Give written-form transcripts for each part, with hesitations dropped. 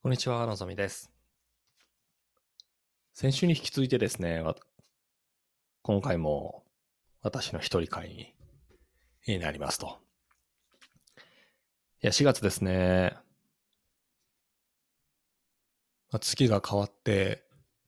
こんにちは、のぞみです。先週に引き続いてですね、今回も私の一人会になりますと。いや、4月ですね。月が変わって、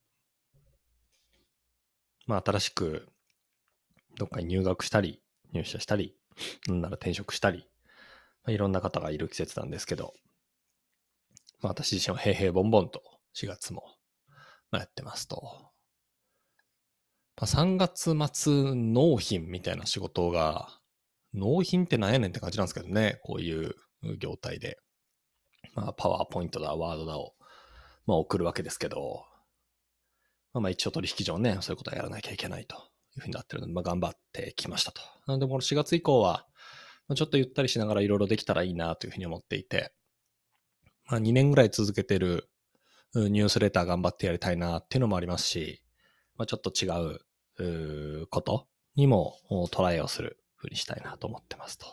新しくどっかに入学したり、入社したり、なんなら転職したり、いろんな方がいる季節なんですけど、私自身は平々ボンボンと4月もやってますと。3月末納品みたいな仕事が、納品ってなんやねんって感じなんですけどね、こういう業態で。パワーポイントだ、ワードだを、送るわけですけど、一応取引上ね、そういうことはやらなきゃいけないというふうになってるので、頑張ってきましたと。なので、この4月以降は、ちょっとゆったりしながらいろいろできたらいいなというふうに思っていて、2年ぐらい続けてるニュースレター頑張ってやりたいなっていうのもありますし、ちょっと違うことにもトライをするふうにしたいなと思ってますと。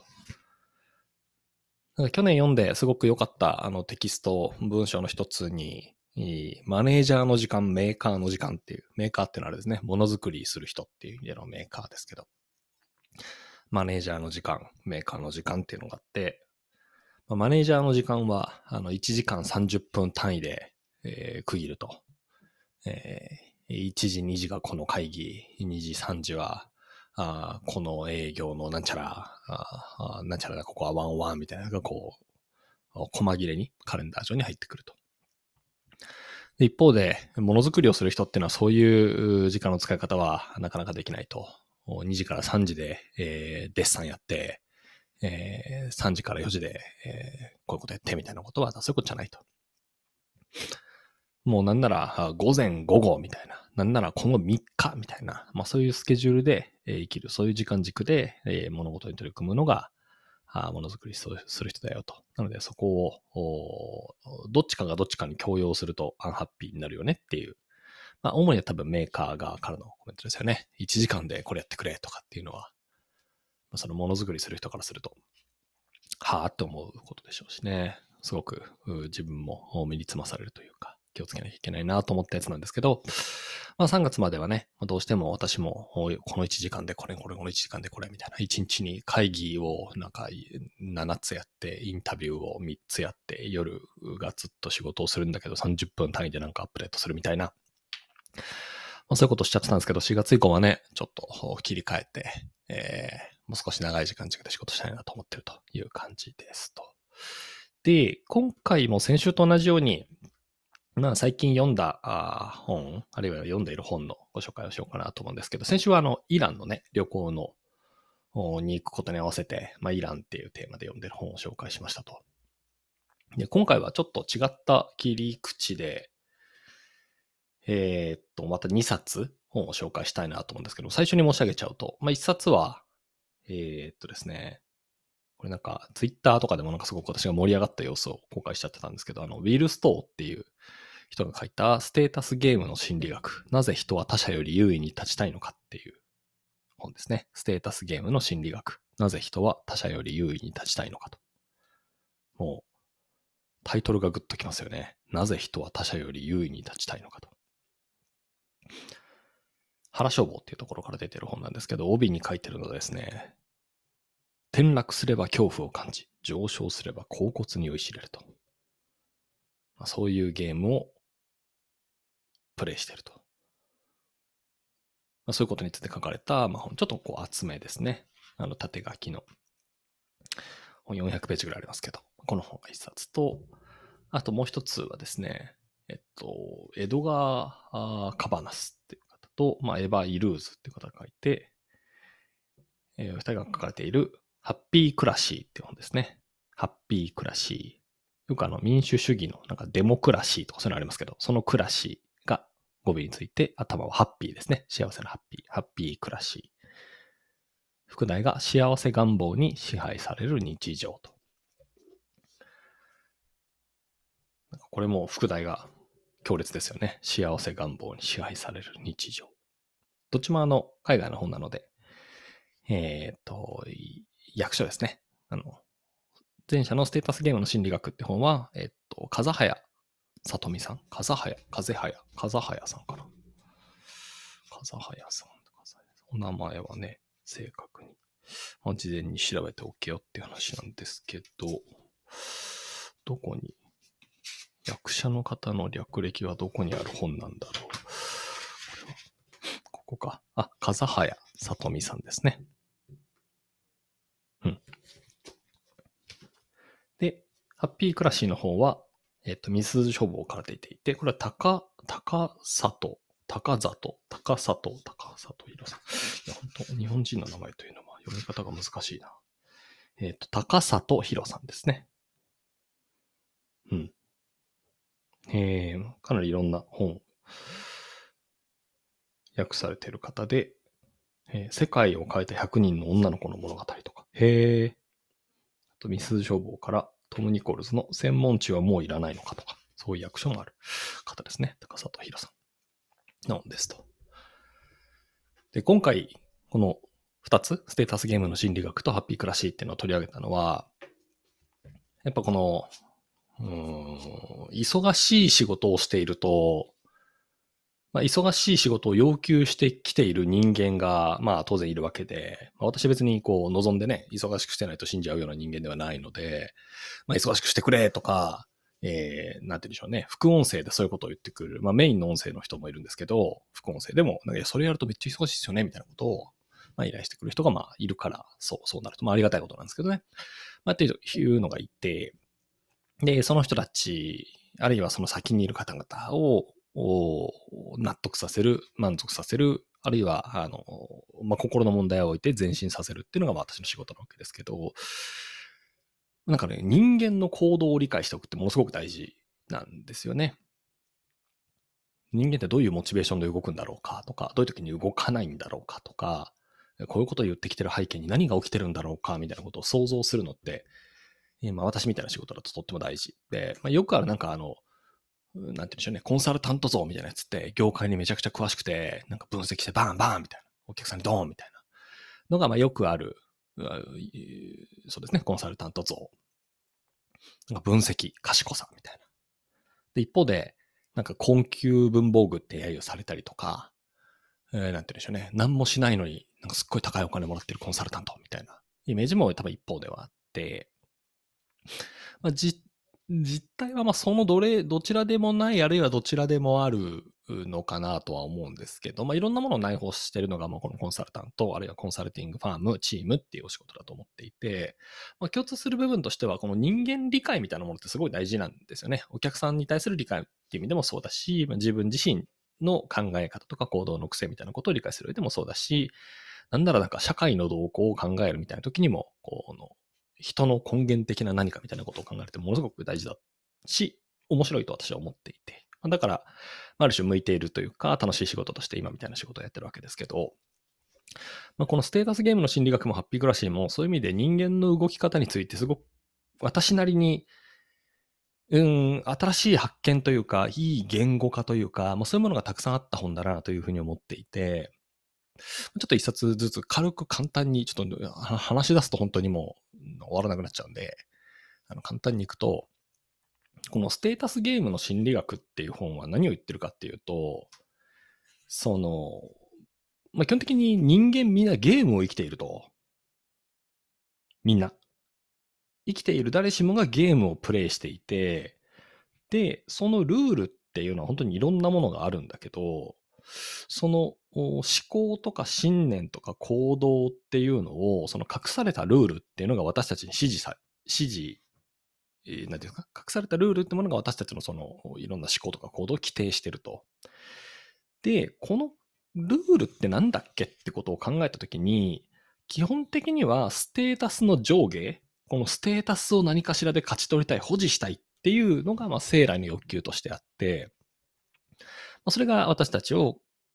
去年読んですごく良かったテキスト文章の一つに、マネージャーの時間、メーカーの時間っていう、メーカーっていうのはあれですね、ものづくりする人っていう意味でのメーカーですけど、マネージャーの時間、メーカーの時間っていうのがあって、マネージャーの時間は1時間30分単位で、区切ると。1時、2時がこの会議、2時、3時はこの営業のなんちゃら、なんちゃらだ、ここはワンワンみたいなのがこう、細切れにカレンダー上に入ってくると。一方で、ものづくりをする人っていうのはそういう時間の使い方はなかなかできないと。2時から3時で、デッサンやって、3時から4時で、こういうことやってみたいなことはそういうことじゃないと。もうなんなら午前午後みたいな、なんならこの3日みたいな、そういうスケジュールで生きる、そういう時間軸で物事に取り組むのがものづくりする人だよと。なのでそこをどっちかがどっちかに強要するとアンハッピーになるよねっていう。主には多分メーカー側からのコメントですよね。1時間でこれやってくれとかっていうのは、そのものづくりする人からすると、はぁって思うことでしょうしね。すごく自分も身につまされるというか、気をつけなきゃいけないなと思ったやつなんですけど、3月まではね、どうしても私もこの1時間でこれ、この1時間でこれみたいな、1日に会議をなんか7つやって、インタビューを3つやって、夜がずっと仕事をするんだけど30分単位でなんかアップデートするみたいな、そういうことしちゃってたんですけど、4月以降はね、ちょっと切り替えて、もう少し長い時間軸で仕事したいなと思ってるという感じですと。で、今回も先週と同じように、最近読んだ本、あるいは読んでいる本のご紹介をしようかなと思うんですけど、先週はイランのね、旅行のに行くことに合わせて、イランっていうテーマで読んでる本を紹介しましたと。で、今回はちょっと違った切り口で、また2冊本を紹介したいなと思うんですけど、最初に申し上げちゃうと、1冊は、ですね、これなんか、ツイッターとかでもなんかすごく私が盛り上がった様子を公開しちゃってたんですけど、ウィル・ストーっていう人が書いたステータスゲームの心理学。なぜ人は他者より優位に立ちたいのかっていう本ですね。ステータスゲームの心理学。なぜ人は他者より優位に立ちたいのかと。もう、タイトルがグッときますよね。なぜ人は他者より優位に立ちたいのかと。原書房っていうところから出てる本なんですけど、帯に書いてるのはですね、転落すれば恐怖を感じ、上昇すれば恍惚に酔いしれると。そういうゲームをプレイしてると。そういうことについて書かれた本、ちょっとこう厚めですね。縦書きの本400ページぐらいありますけど、この本が一冊と、あともう一つはですね、エドガー・カバナスっていう方と、エヴァ・イルーズっていう方が書いて、二人が書かれているハッピー・クラシーっていう本ですね。ハッピー・クラシー。よく民主主義のなんかデモクラシーとかそういうのありますけど、そのクラシーが語尾について頭はハッピーですね。幸せなハッピー。ハッピー・クラシー。副題が幸せ願望に支配される日常と。これも副題が強烈ですよね。幸せ願望に支配される日常。どっちも海外の本なので、役所ですね。前者のステータスゲームの心理学って本は、風早さとみさん、風早さんかな。風早さん。お名前はね、正確に。事前に調べておけよっていう話なんですけど、どこに、役者の方の略歴はどこにある本なんだろう。ここか。風早さとみさんですね。うん。で、ハッピークラシーの方は、ミス書房から出ていて、これは高里弘さん。いや、本当日本人の名前というのは読み方が難しいな。高里弘さんですね。うん。かなりいろんな本訳されている方で、世界を変えた100人の女の子の物語とか。あと、ミス消防からトム・ニコルズの専門知はもういらないのかとか、そういう役所もある方ですね。高里弘さんなんですと。で、今回、この2つ、ステータスゲームの心理学とハッピークラシーっていうのを取り上げたのは、やっぱこの、忙しい仕事をしていると、忙しい仕事を要求してきている人間が、当然いるわけで、私別に望んでね、忙しくしてないと死んじゃうような人間ではないので、忙しくしてくれとか、なんて言うんでしょうね、副音声でそういうことを言ってくる、メインの音声の人もいるんですけど、副音声でも、それやるとめっちゃ忙しいですよね、みたいなことを、依頼してくる人がいるから、そうなると、ありがたいことなんですけどね。っていうのがいて、で、その人たち、あるいはその先にいる方々を、納得させる、満足させる、あるいは、心の問題を置いて前進させるっていうのが私の仕事なわけですけど、なんかね、人間の行動を理解しておくってものすごく大事なんですよね。人間ってどういうモチベーションで動くんだろうかとか、どういう時に動かないんだろうかとか、こういうことを言ってきてる背景に何が起きてるんだろうかみたいなことを想像するのって、私みたいな仕事だととっても大事で、よくあるなんかなんて言うんでしょうね、コンサルタント像みたいなやつって、業界にめちゃくちゃ詳しくて、なんか分析してバーンバーンみたいな、お客さんにドーンみたいなのが、よくある、そうですね、コンサルタント像。なんか分析、賢さみたいな。で、一方で、なんか困窮文房具って揶揄されたりとか、なんて言うんでしょうね、何もしないのに、なんかすっごい高いお金もらってるコンサルタントみたいなイメージも多分一方ではあって、実態はそのどちらでもない、あるいはどちらでもあるのかなとは思うんですけど、いろんなものを内包しているのが、このコンサルタント、あるいはコンサルティングファーム、チームっていうお仕事だと思っていて、共通する部分としては、この人間理解みたいなものってすごい大事なんですよね。お客さんに対する理解っていう意味でもそうだし、自分自身の考え方とか行動の癖みたいなことを理解する上でもそうだし、なんならなんか社会の動向を考えるみたいな時にも、人の根源的な何かみたいなことを考えるってものすごく大事だし、面白いと私は思っていて。だから、ある種向いているというか、楽しい仕事として今みたいな仕事をやってるわけですけど、このステータスゲームの心理学もハッピークラシーも、そういう意味で人間の動き方についてすごく私なりに、新しい発見というか、いい言語化というか、そういうものがたくさんあった本だなというふうに思っていて、ちょっと一冊ずつ軽く簡単に、ちょっと話し出すと本当にもう終わらなくなっちゃうんで、簡単にいくと、このステータスゲームの心理学っていう本は何を言ってるかっていうと、基本的に人間みんなゲームを生きていると。みんな。生きている誰しもがゲームをプレイしていて、で、そのルールっていうのは本当にいろんなものがあるんだけど、その思考とか信念とか行動っていうのを、その隠されたルールっていうのが私たちに指示、なんていうか、隠されたルールってものが私たちのそのいろんな思考とか行動を規定してると。で、このルールってなんだっけってことを考えたときに、基本的にはステータスの上下、このステータスを何かしらで勝ち取りたい、保持したいっていうのが生来の欲求としてあって、それが私たちを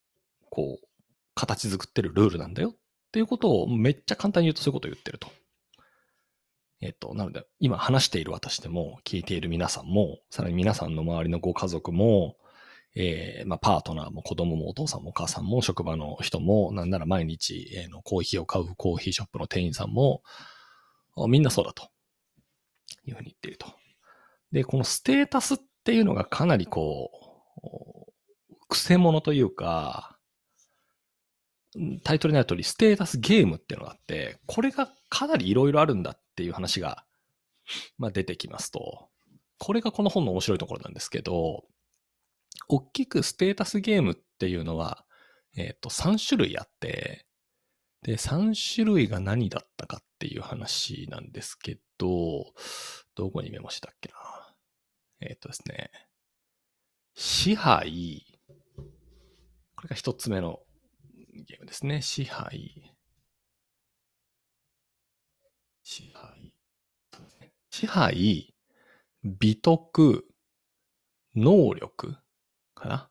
形作ってるルールなんだよっていうことをめっちゃ簡単に言うとそういうことを言ってると。なので、今話している私でも、聞いている皆さんも、さらに皆さんの周りのご家族も、パートナーも子供もお父さんもお母さんも職場の人も、なんなら毎日、コーヒーを買うコーヒーショップの店員さんも、みんなそうだというふうに言っていると。で、このステータスっっていうのがかなりこう、くせ者というか、タイトルにある通り、ステータスゲームっていうのがあって、これがかなりいろいろあるんだっていう話が、出てきますと、これがこの本の面白いところなんですけど、大きくステータスゲームっていうのは、3種類あって、で、3種類が何だったかっていう話なんですけど、どこにメモしたっけな。ですね、支配、これが一つ目のゲームですね。支配、支配、支配、美徳、能力かな。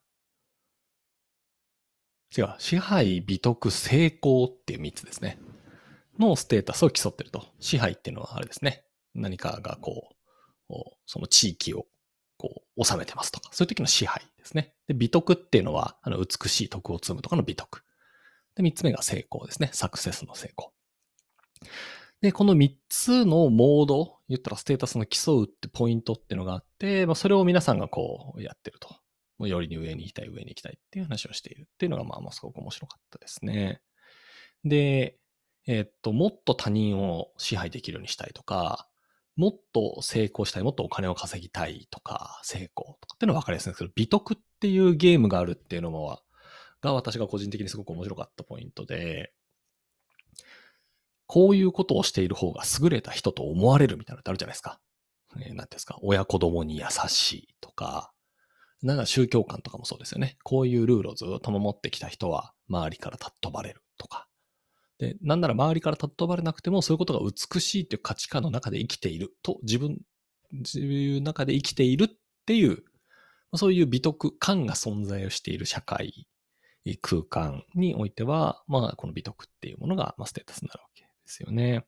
違う。支配、美徳、成功っていう3つですね。のステータスを競ってると。支配っていうのはあれですね。何かがこう、その地域をこう治めてますとか、そういう時の支配ですね。で、美徳っていうのは、美しい徳を積むとかの美徳。で、3つ目が成功ですね。サクセスの成功。で、この3つのモード、言ったらステータスの競うってポイントっていうのがあって、それを皆さんがこうやってると。もうよりに上に行きたい、上に行きたいっていう話をしているっていうのが、すごく面白かったですね。で、もっと他人を支配できるようにしたいとか、もっと成功したい、もっとお金を稼ぎたいとか、成功とかっていうのは分かりやすいんですけど、美徳っていうゲームがあるっていうのも、が私が個人的にすごく面白かったポイントで、こういうことをしている方が優れた人と思われるみたいなのってあるじゃないですか。なんていうんですか、親子供に優しいとか、なんか宗教観とかもそうですよね。こういうルールをずっと守ってきた人は周りから尊ばれるとか。で、なんなら周りから尊ばれなくてもそういうことが美しいっていう価値観の中で生きていると、自分の中で生きているっていう、そういう美徳感が存在をしている社会、空間においては、この美徳っていうものが、ステータスになるわけですよね。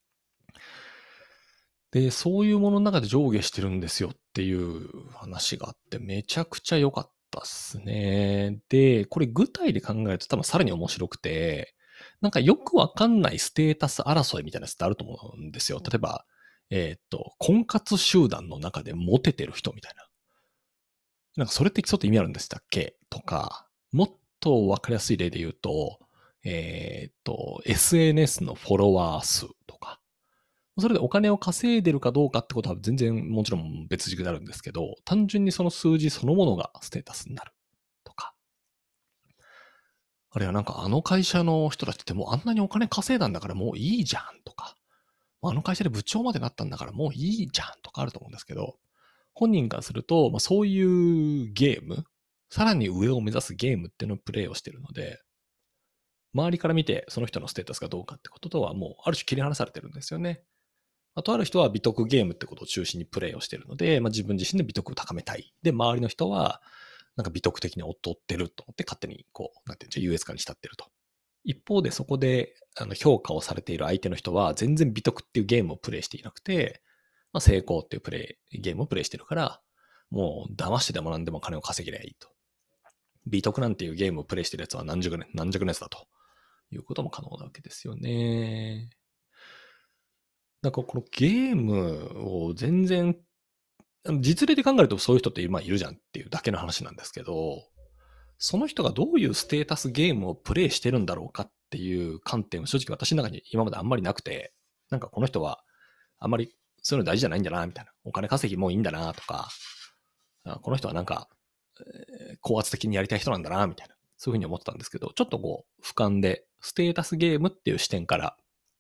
で、そういうものの中で上下してるんですよっていう話があって、めちゃくちゃ良かったっすね。で、これ具体で考えると多分さらに面白くて、なんかよくわかんないステータス争いみたいなやつってあると思うんですよ。例えば、婚活集団の中でモテてる人みたいな。なんかそれってちょっと意味あるんでしたっけとか、もっとわかりやすい例で言うと、SNS のフォロワー数とか、それでお金を稼いでるかどうかってことは全然もちろん別軸になるんですけど、単純にその数字そのものがステータスになるとか。あるいはなんかあの会社の人たちってもうあんなにお金稼いだんだからもういいじゃんとか。あの会社で部長までなったんだからもういいじゃんとかあると思うんですけど、本人からすると、そういうゲーム、さらに上を目指すゲームっていうのをプレイをしてるので、周りから見てその人のステータスがどうかってこととはもうある種切り離されてるんですよね。とある人は美徳ゲームってことを中心にプレイをしているので、自分自身で美徳を高めたい。で、周りの人は、なんか美徳的に劣ってると思って勝手にこう、なんていうんでしょう、優越感に浸ってると。一方でそこで評価をされている相手の人は全然美徳っていうゲームをプレイしていなくて、成功っていうゲームをプレイしてるから、もう騙してでも何でも金を稼げりゃいいと。美徳なんていうゲームをプレイしてるやつは軟弱なやつだということも可能なわけですよね。なんかこのゲームを全然、実例で考えるとそういう人っているじゃんっていうだけの話なんですけど、その人がどういうステータスゲームをプレイしてるんだろうかっていう観点は正直私の中に今まであんまりなくて、なんかこの人はあんまりそういうの大事じゃないんだな、みたいな。お金稼ぎもういいんだな、とか、この人はなんか、高圧的にやりたい人なんだな、みたいな。そういうふうに思ってたんですけど、ちょっとこう、俯瞰で、ステータスゲームっていう視点から、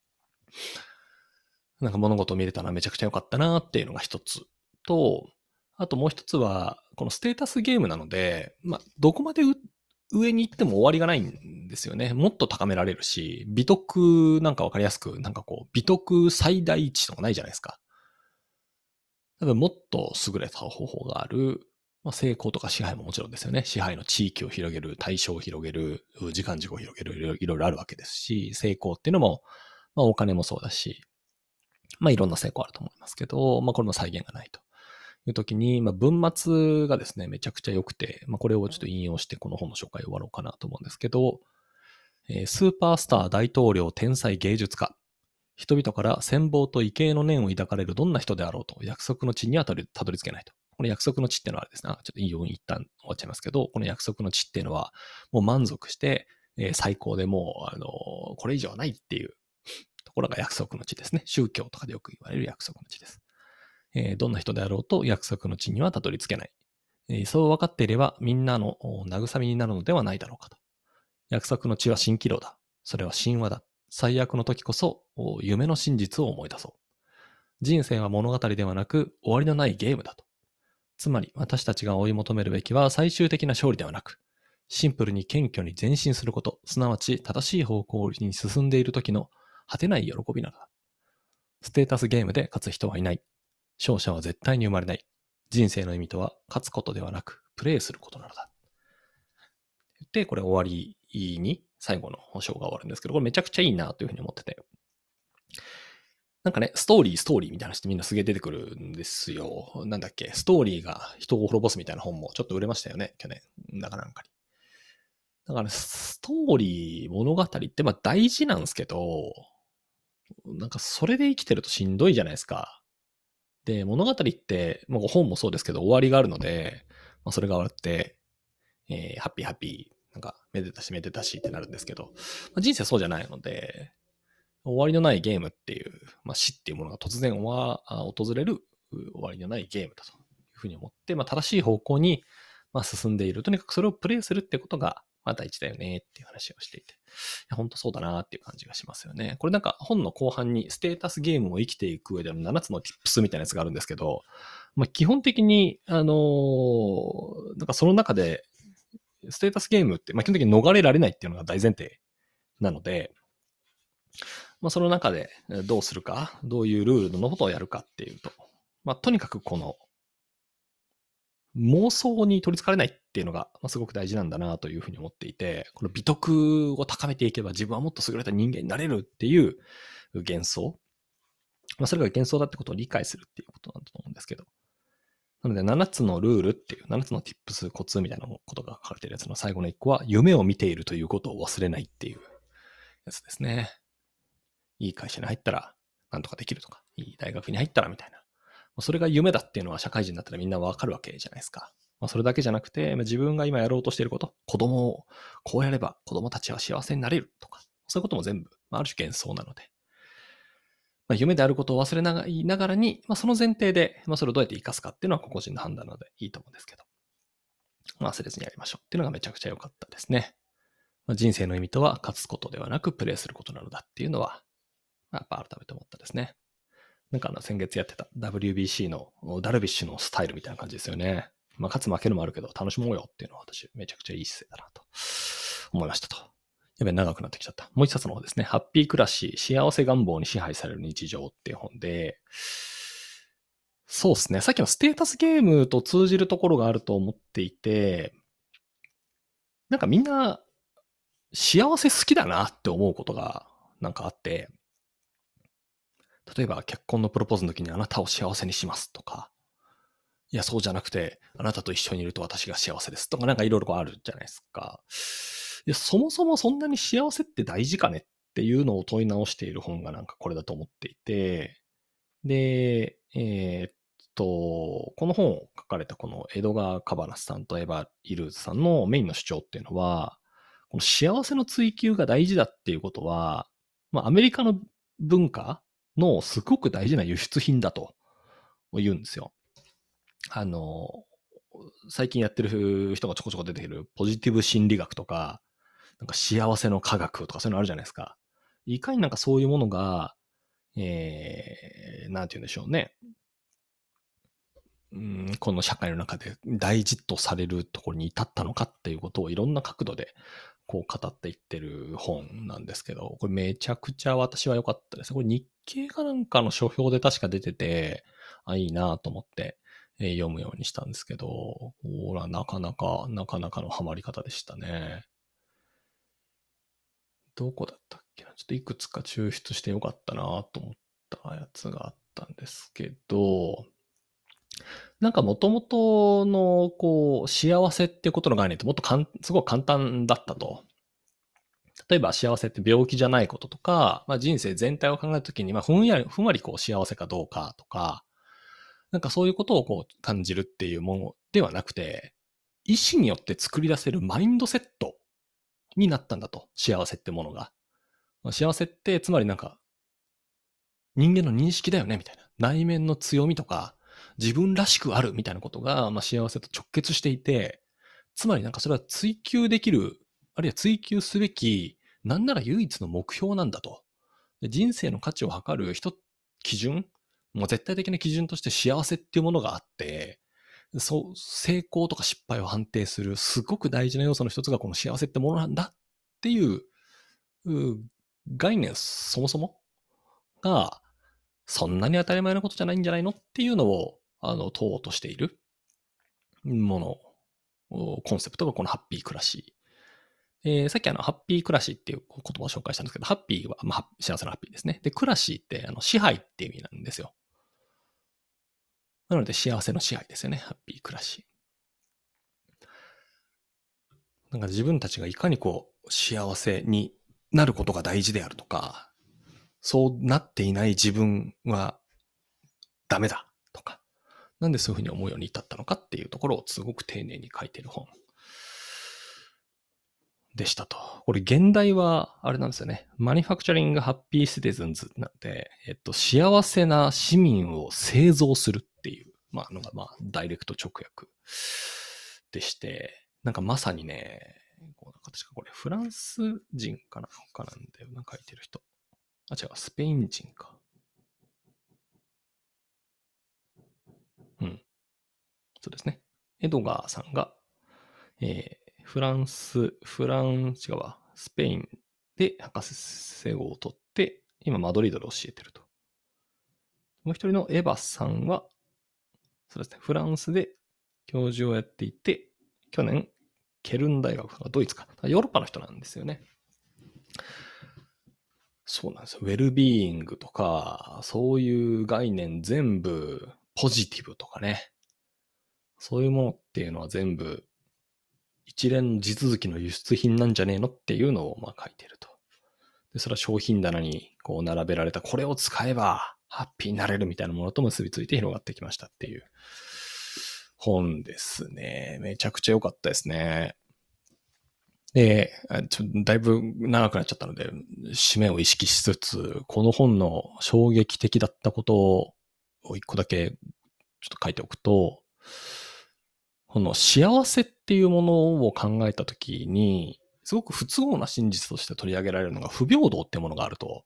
なんか物事を見れたのはめちゃくちゃ良かったなっていうのが一つと、あともう一つは、このステータスゲームなので、どこまで上に行っても終わりがないんですよね。もっと高められるし、美徳なんかわかりやすく、なんかこう、美徳最大値とかないじゃないですか。多分もっと優れた方法がある。成功とか支配ももちろんですよね。支配の地域を広げる、対象を広げる、時間軸を広げる、いろいろあるわけですし、成功っていうのも、お金もそうだし、いろんな成功あると思いますけど、これも再現がないという時に、文末がですね、めちゃくちゃ良くて、これをちょっと引用してこの本の紹介を終わろうかなと思うんですけど、スーパースター、大統領、天才、芸術家。人々から羨望と畏敬の念を抱かれるどんな人であろうと約束の地にはたどり着けないと。 この約束の地っていうのはあれですね。ちょっといいように一旦終わっちゃいますけど、この約束の地っていうのは、もう満足して、最高でもう、これ以上はないっていうところが約束の地ですね。宗教とかでよく言われる約束の地です。どんな人であろうと約束の地にはたどり着けない。そう分かっていればみんなの慰めになるのではないだろうかと。約束の地は蜃気楼だ。それは神話だ。最悪の時こそ夢の真実を思い出そう。人生は物語ではなく終わりのないゲームだと。つまり私たちが追い求めるべきは最終的な勝利ではなく、シンプルに謙虚に前進すること、すなわち正しい方向に進んでいる時の果てない喜びなのだ。ステータスゲームで勝つ人はいない。勝者は絶対に生まれない。人生の意味とは勝つことではなく、プレイすることなのだ。で、これ終わりに最後の章が終わるんですけど、これめちゃくちゃいいなというふうに思ってて。なんかね、ストーリーみたいな話ってみんなすげえ出てくるんですよ。なんだっけ、ストーリーが人を滅ぼすみたいな本もちょっと売れましたよね、去年。なんかに。だから、ストーリー、物語ってまあ大事なんですけど、なんかそれで生きてるとしんどいじゃないですか。で、物語って、もう本もそうですけど終わりがあるので、まあ、それが終わって、ハッピー、なんか、めでたしってなるんですけど、まあ、人生そうじゃないので、終わりのないゲームっていう、まあ、死っていうものが突然訪れる終わりのないゲームだというふうに思って、まあ、正しい方向に進んでいる。とにかくそれをプレイするってことが大事だよねっていう話をしていて、本当そうだなっていう感じがしますよね。これなんか本の後半にステータスゲームを生きていく上での7つの tips みたいなやつがあるんですけど、まあ、基本的に、なんかその中で、ステータスゲームって、まあ、基本的に逃れられないっていうのが大前提なので、まあ、その中でどうするか、どういうルールのことをやるかっていうと、まあ、とにかくこの妄想に取り憑かれないっていうのがすごく大事なんだなというふうに思っていて、この美徳を高めていけば自分はもっと優れた人間になれるっていう幻想。まあ、それが幻想だってことを理解するっていうことなんだと思うんですけど。なので7つのルールっていう、7つの tips、コツみたいなことが書かれているやつの最後の1個は、夢を見ているということを忘れないっていうやつですね。いい会社に入ったらなんとかできるとか、いい大学に入ったらみたいな。それが夢だっていうのは社会人だったらみんなわかるわけじゃないですか。まあ、それだけじゃなくて、自分が今やろうとしていること、子供をこうやれば子供たちは幸せになれるとか、そういうことも全部、ある種幻想なので、夢であることを忘れないながらに、その前提で、それをどうやって活かすかっていうのは個々人の判断なのでいいと思うんですけど、忘れずにやりましょうっていうのがめちゃくちゃ良かったですね。人生の意味とは勝つことではなくプレイすることなのだっていうのは、やっぱ改めて思ったですね。なんか先月やってた WBC のダルビッシュのスタイルみたいな感じですよね。勝つ負けるもあるけど楽しもうよっていうのは私めちゃくちゃいい姿勢だなと思いましたと。やべえ、長くなってきちゃった。もう一冊の方ですね。ハッピー暮らし、幸せ願望に支配される日常っていう本で、そうですね。さっきのステータスゲームと通じるところがあると思っていて、なんかみんな幸せ好きだなって思うことがなんかあって、例えば結婚のプロポーズの時にあなたを幸せにしますとか、いや、そうじゃなくて、あなたと一緒にいると私が幸せですとか、なんかいろいろあるじゃないですか。いや、そもそもそんなに幸せって大事かねっていうのを問い直している本がなんかこれだと思っていて、で、この本を書かれたこのエドガー・カバナスさんとエヴァ・イルーズさんのメインの主張っていうのは、この幸せの追求が大事だっていうことは、アメリカの文化のすごく大事な輸出品だと言うんですよ。最近やってる人がちょこちょこ出てくるポジティブ心理学とか、なんか幸せの科学とかそういうのあるじゃないですか。いかになんかそういうものが、なんて言うんでしょうね。この社会の中で大事とされるところに至ったのかっていうことをいろんな角度でこう語っていってる本なんですけど、これめちゃくちゃ私は良かったです。これ日経かなんかの書評で確か出てて、いいなと思って読むようにしたんですけど、ほら、なかなかのハマり方でしたね。どこだったっけな、ちょっといくつか抽出してよかったなと思ったやつがあったんですけど、なんか元々のこう幸せってことの概念ってもっとすごく簡単だったと。例えば幸せって病気じゃないこととか、人生全体を考えるときに、ふんわりこう幸せかどうかとか、 なんかそういうことをこう感じるっていうものではなくて、意思によって作り出せるマインドセットになったんだと。幸せってものが。幸せって、つまりなんか、人間の認識だよね、みたいな。内面の強みとか、自分らしくあるみたいなことが、幸せと直結していて、つまりなんかそれは追求できる、あるいは追求すべき、なんなら唯一の目標なんだと。人生の価値を測る基準、もう絶対的な基準として幸せっていうものがあって、成功とか失敗を判定するすごく大事な要素の一つがこの幸せってものなんだっていう概念そもそもがそんなに当たり前のことじゃないんじゃないのっていうのを問おうとしているもの、コンセプトがこのハッピー暮らし。さっきハッピー暮らしっていう言葉を紹介したんですけど、ハッピーは、幸せのハッピーですね。で、暮らしって支配っていう意味なんですよ。なので幸せの支配ですよね。ハッピー暮らし。なんか自分たちがいかにこう幸せになることが大事であるとか、そうなっていない自分はダメだとか、なんでそういうふうに思うように至ったのかっていうところをすごく丁寧に書いている本でしたと。これ現代はあれなんですよね。マニファクチャリングハッピーシティズンズなんで、幸せな市民を製造するっていう、のがダイレクト直訳でして、なんかまさにね、確かこれフランス人かなんだよな、書いてる人。あ、違う、スペイン人か。うん。そうですね。エドガーさんが、フランス、違うわ、スペインで博士号を取って、今マドリードで教えてると。もう一人のエヴァさんは、そうですね、フランスで教授をやっていて、去年、ケルン大学がドイツか、ヨーロッパの人なんですよね。そうなんですよ。ウェルビーイングとか、そういう概念全部、ポジティブとかね。そういうものっていうのは全部、一連の地続きの輸出品なんじゃねえのっていうのを書いてると。で、それは商品棚にこう並べられたこれを使えばハッピーになれるみたいなものと結びついて広がってきましたっていう本ですね。めちゃくちゃ良かったですね。で、だいぶ長くなっちゃったので、締めを意識しつつ、この本の衝撃的だったことを一個だけちょっと書いておくと、この幸せっていうものを考えたときに、すごく不都合な真実として取り上げられるのが不平等っていうものがあると。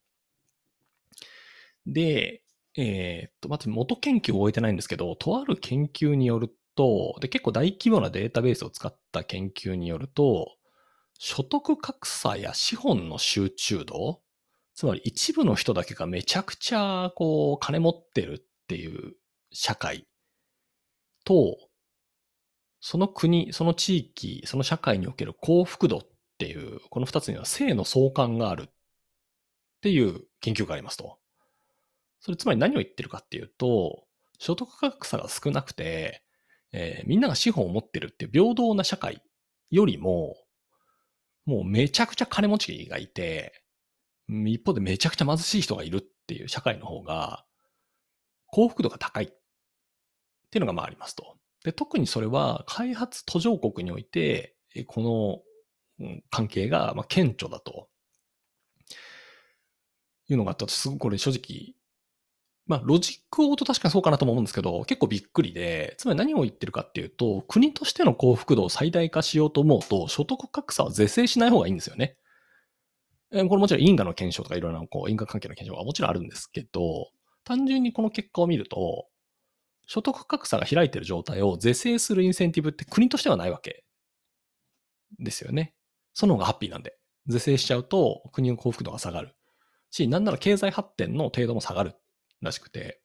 で、まず元研究を終えてないんですけど、とある研究によると、で、結構大規模なデータベースを使った研究によると、所得格差や資本の集中度、つまり一部の人だけがめちゃくちゃ、こう、金持ってるっていう社会と、その国、その地域、その社会における幸福度っていう、この二つには正の相関があるっていう研究がありますと。それつまり何を言ってるかっていうと、所得格差が少なくて、みんなが資本を持ってるっていう平等な社会よりも、もうめちゃくちゃ金持ちがいて、一方でめちゃくちゃ貧しい人がいるっていう社会の方が、幸福度が高いっていうのがありますと。で、特にそれは開発途上国において、この関係が顕著だというのがあったと、すごくこれ正直、ロジックを追うと確かにそうかなとも思うんですけど、結構びっくりで、つまり何を言ってるかっていうと、国としての幸福度を最大化しようと思うと、所得格差は是正しない方がいいんですよね。これもちろん因果の検証とかいろいろな因果関係の検証がもちろんあるんですけど、単純にこの結果を見ると、所得格差が開いている状態を是正するインセンティブって国としてはないわけですよね。その方がハッピーなんで。是正しちゃうと国の幸福度が下がるし、なんなら経済発展の程度も下がるらしくて。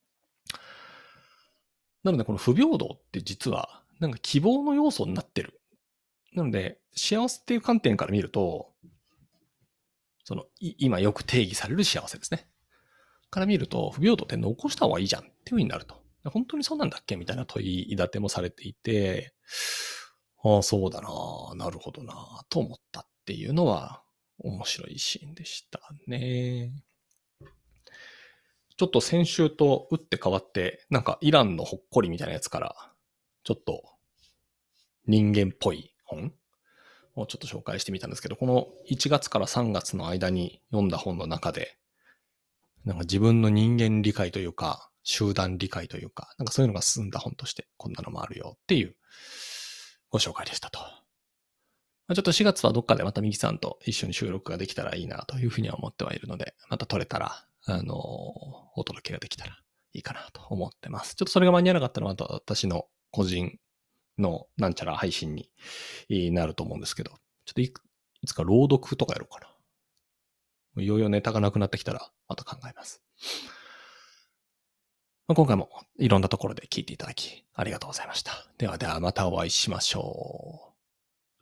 なのでこの不平等って実はなんか希望の要素になってる。なので幸せっていう観点から見ると、今よく定義される幸せですね。から見ると不平等って残した方がいいじゃんっていう風になると。本当にそうなんだっけみたいな問い立てもされていて、ああ、そうだな、なるほどな、と思ったっていうのは面白いシーンでしたね。 ちょっと先週と打って変わって、なんかイランのほっこりみたいなやつから、ちょっと人間っぽい本をちょっと紹介してみたんですけど、この1月から3月の間に読んだ本の中で、なんか自分の人間理解というか、集団理解というか、なんかそういうのが進んだ本として、こんなのもあるよっていうご紹介でしたと。ちょっと4月はどっかでまたミキさんと一緒に収録ができたらいいなというふうには思ってはいるので、また撮れたら、お届けができたらいいかなと思ってます。ちょっとそれが間に合わなかったのは、私の個人のなんちゃら配信になると思うんですけど、ちょっといつか朗読とかやろうかな。いよいよネタがなくなってきたら、また考えます。今回もいろんなところで聞いていただき、ありがとうございました。ではではまたお会いしましょう。